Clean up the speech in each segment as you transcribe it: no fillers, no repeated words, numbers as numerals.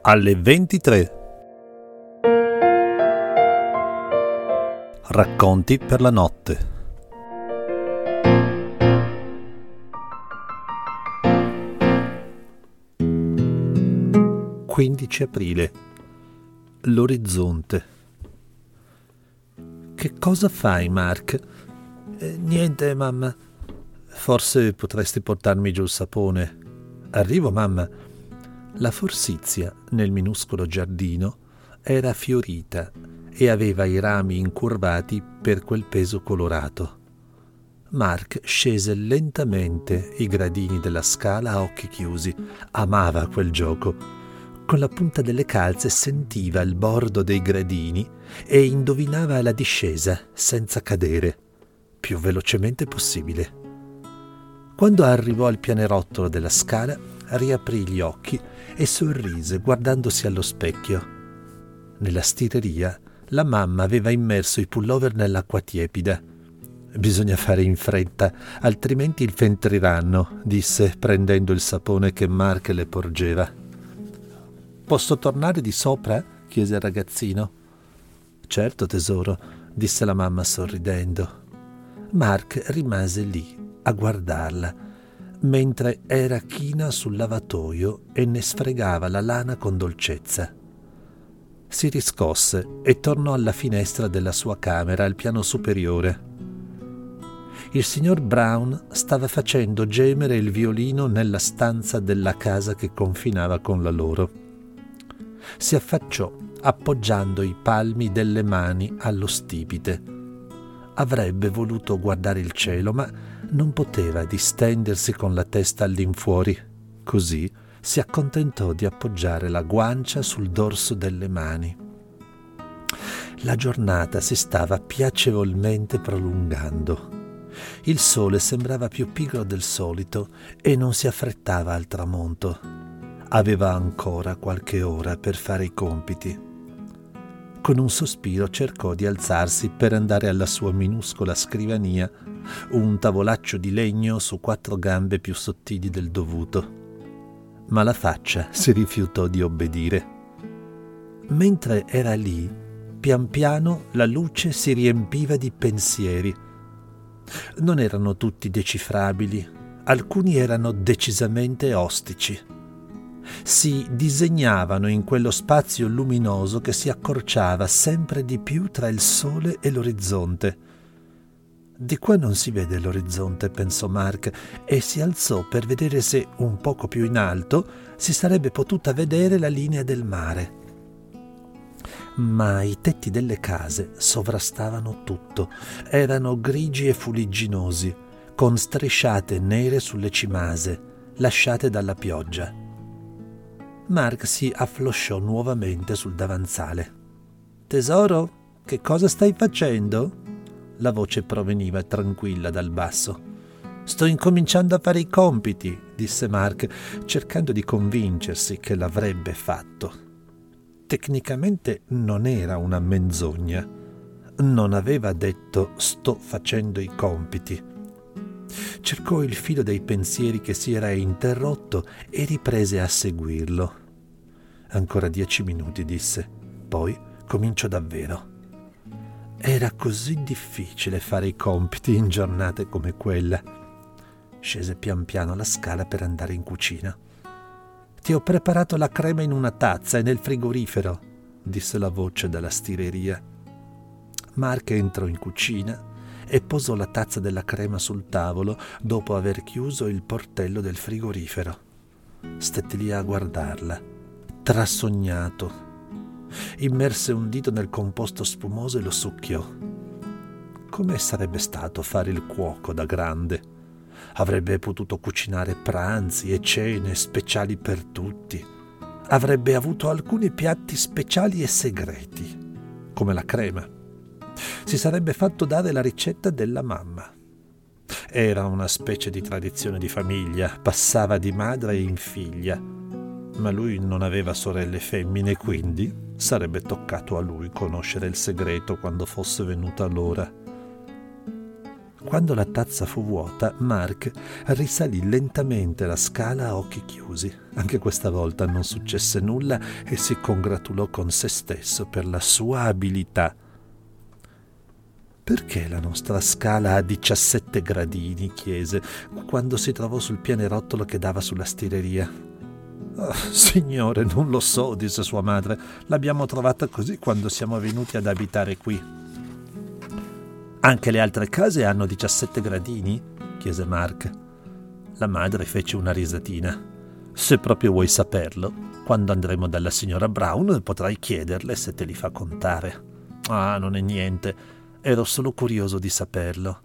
alle 23. Racconti per la notte. 15 aprile. L'orizzonte. Che cosa fai, Mark? Niente, mamma. Forse potresti portarmi giù il sapone. Arrivo, mamma. La forzizia nel minuscolo giardino era fiorita e aveva i rami incurvati per quel peso colorato. Mark scese lentamente i gradini della scala a occhi chiusi. Amava quel gioco. Con la punta delle calze sentiva il bordo dei gradini e indovinava la discesa senza cadere, più velocemente possibile. Quando arrivò al pianerottolo della scala, riaprì gli occhi e sorrise guardandosi allo specchio. Nella stireria la mamma aveva immerso i pullover nell'acqua tiepida. «Bisogna fare in fretta, altrimenti infentriranno», disse prendendo il sapone che Mark le porgeva. «Posso tornare di sopra?» chiese il ragazzino. «Certo, tesoro», disse la mamma sorridendo. Mark rimase lì a guardarla, mentre era china sul lavatoio e ne sfregava la lana con dolcezza. Si riscosse e tornò alla finestra della sua camera al piano superiore. Il signor Brown stava facendo gemere il violino nella stanza della casa che confinava con la loro. Si affacciò appoggiando i palmi delle mani allo stipite. Avrebbe voluto guardare il cielo, ma non poteva distendersi con la testa all'infuori. Così si accontentò di appoggiare la guancia sul dorso delle mani. La giornata si stava piacevolmente prolungando. Il sole sembrava più pigro del solito e non si affrettava al tramonto. Aveva ancora qualche ora per fare i compiti. Con un sospiro cercò di alzarsi per andare alla sua minuscola scrivania, un tavolaccio di legno su 4 gambe più sottili del dovuto. Ma la faccia si rifiutò di obbedire. Mentre era lì, pian piano la luce si riempiva di pensieri. Non erano tutti decifrabili, alcuni erano decisamente ostici. Si disegnavano in quello spazio luminoso che si accorciava sempre di più tra il sole e l'orizzonte. Di qua non si vede l'orizzonte, pensò Mark, e si alzò per vedere se, un poco più in alto, si sarebbe potuta vedere la linea del mare. Ma i tetti delle case sovrastavano tutto, erano grigi e fuligginosi, con strisciate nere sulle cimase, lasciate dalla pioggia. Mark si afflosciò nuovamente sul davanzale. «Tesoro, che cosa stai facendo?» La voce proveniva tranquilla dal basso. «Sto incominciando a fare i compiti», disse Mark, cercando di convincersi che l'avrebbe fatto. Tecnicamente non era una menzogna. Non aveva detto «sto facendo i compiti». Cercò il filo dei pensieri che si era interrotto e riprese a seguirlo. «Ancora 10 minuti», disse. «Poi comincio davvero». Era così difficile fare i compiti in giornate come quella. Scese pian piano la scala per andare in cucina. «Ti ho preparato la crema in una tazza e nel frigorifero», disse la voce dalla stireria. Mark entrò in cucina e posò la tazza della crema sul tavolo dopo aver chiuso il portello del frigorifero. Stette lì a guardarla, trasognato. Immerse un dito nel composto spumoso e lo succhiò. Come sarebbe stato fare il cuoco da grande? Avrebbe potuto cucinare pranzi e cene speciali per tutti. Avrebbe avuto alcuni piatti speciali e segreti, come la crema. Si sarebbe fatto dare la ricetta della mamma. Era una specie di tradizione di famiglia, passava di madre in figlia, ma lui non aveva sorelle femmine, quindi sarebbe toccato a lui conoscere il segreto quando fosse venuta l'ora. Quando la tazza fu vuota, Mark risalì lentamente la scala a occhi chiusi. Anche questa volta non successe nulla e si congratulò con se stesso per la sua abilità. «Perché la nostra scala ha 17 gradini?» chiese, quando si trovò sul pianerottolo che dava sulla stireria. «Oh, signore, non lo so», disse sua madre. «L'abbiamo trovata così quando siamo venuti ad abitare qui». «Anche le altre case hanno 17 gradini?» chiese Mark. La madre fece una risatina. «Se proprio vuoi saperlo, quando andremo dalla signora Brown potrai chiederle se te li fa contare». «Ah, non è niente. Ero solo curioso di saperlo».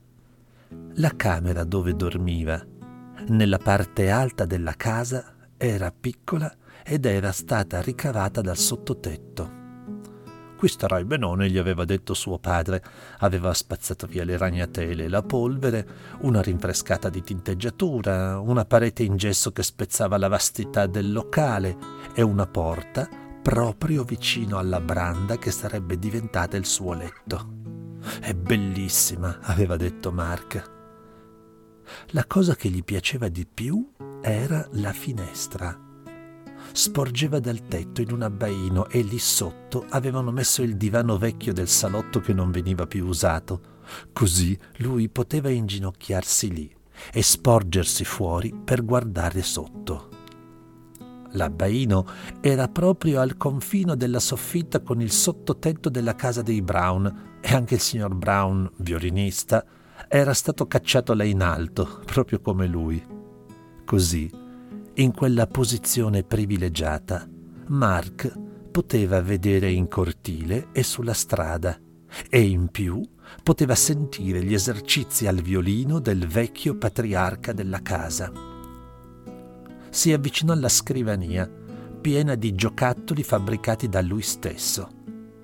La camera dove dormiva, nella parte alta della casa, era piccola ed era stata ricavata dal sottotetto. «Qui starai benone», gli aveva detto suo padre. Aveva spazzato via le ragnatele e la polvere, una rinfrescata di tinteggiatura, una parete in gesso che spezzava la vastità del locale e una porta proprio vicino alla branda che sarebbe diventata il suo letto. «È bellissima», aveva detto Mark. La cosa che gli piaceva di più era la finestra. Sporgeva dal tetto in un abbaino e lì sotto avevano messo il divano vecchio del salotto che non veniva più usato. Così lui poteva inginocchiarsi lì e sporgersi fuori per guardare sotto. L'abbaino era proprio al confino della soffitta con il sottotetto della casa dei Brown e anche il signor Brown, violinista, era stato cacciato là in alto, proprio come lui. Così, in quella posizione privilegiata, Mark poteva vedere in cortile e sulla strada e in più poteva sentire gli esercizi al violino del vecchio patriarca della casa. Si avvicinò alla scrivania, piena di giocattoli fabbricati da lui stesso.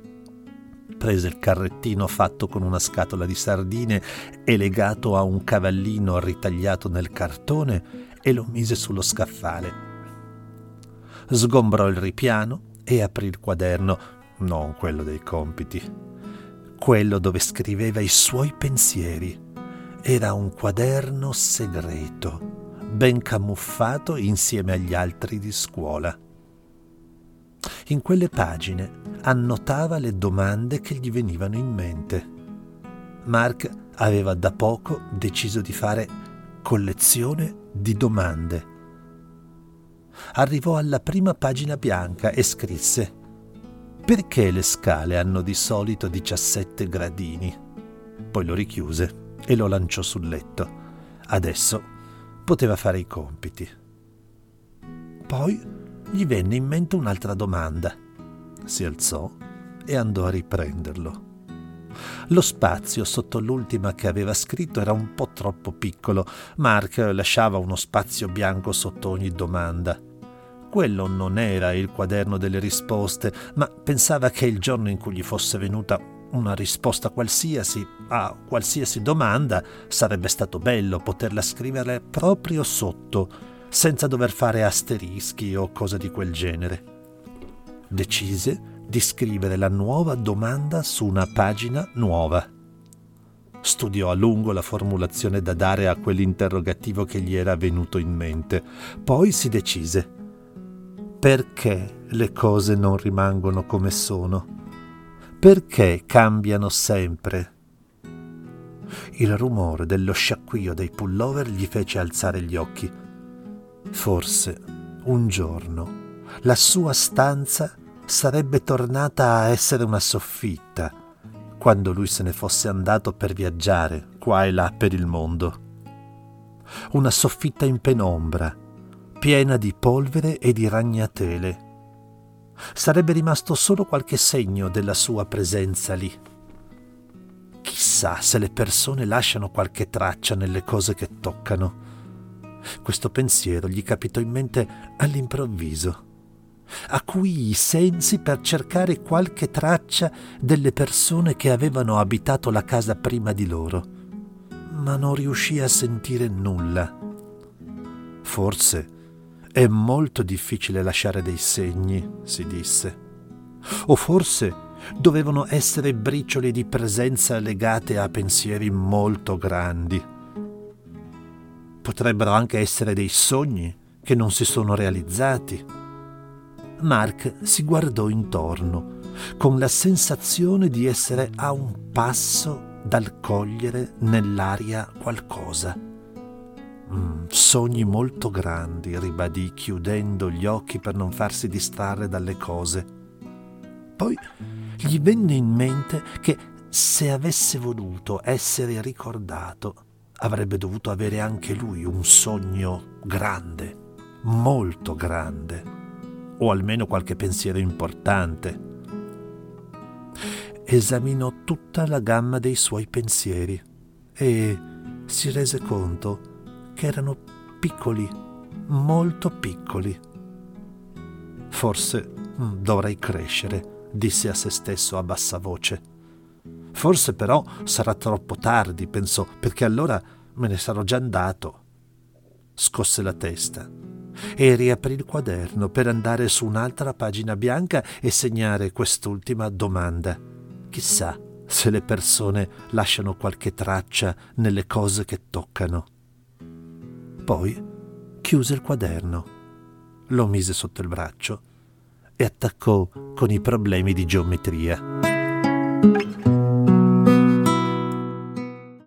Prese il carrettino fatto con una scatola di sardine e legato a un cavallino ritagliato nel cartone e lo mise sullo scaffale. Sgombrò il ripiano e aprì il quaderno, non quello dei compiti, quello dove scriveva i suoi pensieri. Era un quaderno segreto, ben camuffato insieme agli altri di scuola. In quelle pagine annotava le domande che gli venivano in mente. Mark aveva da poco deciso di fare collezione di domande. Arrivò alla prima pagina bianca e scrisse: «Perché le scale hanno di solito 17 gradini?» Poi lo richiuse e lo lanciò sul letto. Adesso poteva fare i compiti. Poi gli venne in mente un'altra domanda. Si alzò e andò a riprenderlo. Lo spazio sotto l'ultima che aveva scritto era un po' troppo piccolo. Mark lasciava uno spazio bianco sotto ogni domanda. Quello non era il quaderno delle risposte, ma pensava che il giorno in cui gli fosse venuta una risposta qualsiasi a qualsiasi domanda sarebbe stato bello poterla scrivere proprio sotto, senza dover fare asterischi o cose di quel genere. Decise di scrivere la nuova domanda su una pagina nuova. Studiò a lungo la formulazione da dare a quell'interrogativo che gli era venuto in mente. Poi si decise: perché le cose non rimangono come sono? Perché cambiano sempre? Il rumore dello sciacquio dei pullover gli fece alzare gli occhi. Forse un giorno la sua stanza sarebbe tornata a essere una soffitta, quando lui se ne fosse andato per viaggiare qua e là per il mondo. Una soffitta in penombra, piena di polvere e di ragnatele. Sarebbe rimasto solo qualche segno della sua presenza lì. Chissà se le persone lasciano qualche traccia nelle cose che toccano. Questo pensiero gli capitò in mente all'improvviso. Acuì i sensi per cercare qualche traccia delle persone che avevano abitato la casa prima di loro, ma non riuscì a sentire nulla. Forse è molto difficile lasciare dei segni, si disse. O forse Dovevano essere briciole di presenza legate a pensieri molto grandi. Potrebbero anche essere dei sogni che non si sono realizzati. Mark si guardò intorno con la sensazione di essere a un passo dal cogliere nell'aria qualcosa. Sogni molto grandi, ribadì chiudendo gli occhi per non farsi distrarre dalle cose. Poi gli venne in mente che se avesse voluto essere ricordato, avrebbe dovuto avere anche lui un sogno grande, molto grande, o almeno qualche pensiero importante. Esaminò tutta la gamma dei suoi pensieri e si rese conto che erano piccoli, molto piccoli. Forse dovrei crescere, disse a se stesso a bassa voce. Forse però sarà troppo tardi, pensò, perché allora me ne sarò già andato. Scosse la testa e riaprì il quaderno per andare su un'altra pagina bianca e segnare quest'ultima domanda. Chissà se le persone lasciano qualche traccia nelle cose che toccano. Poi chiuse il quaderno, lo mise sotto il braccio e attaccò con i problemi di geometria.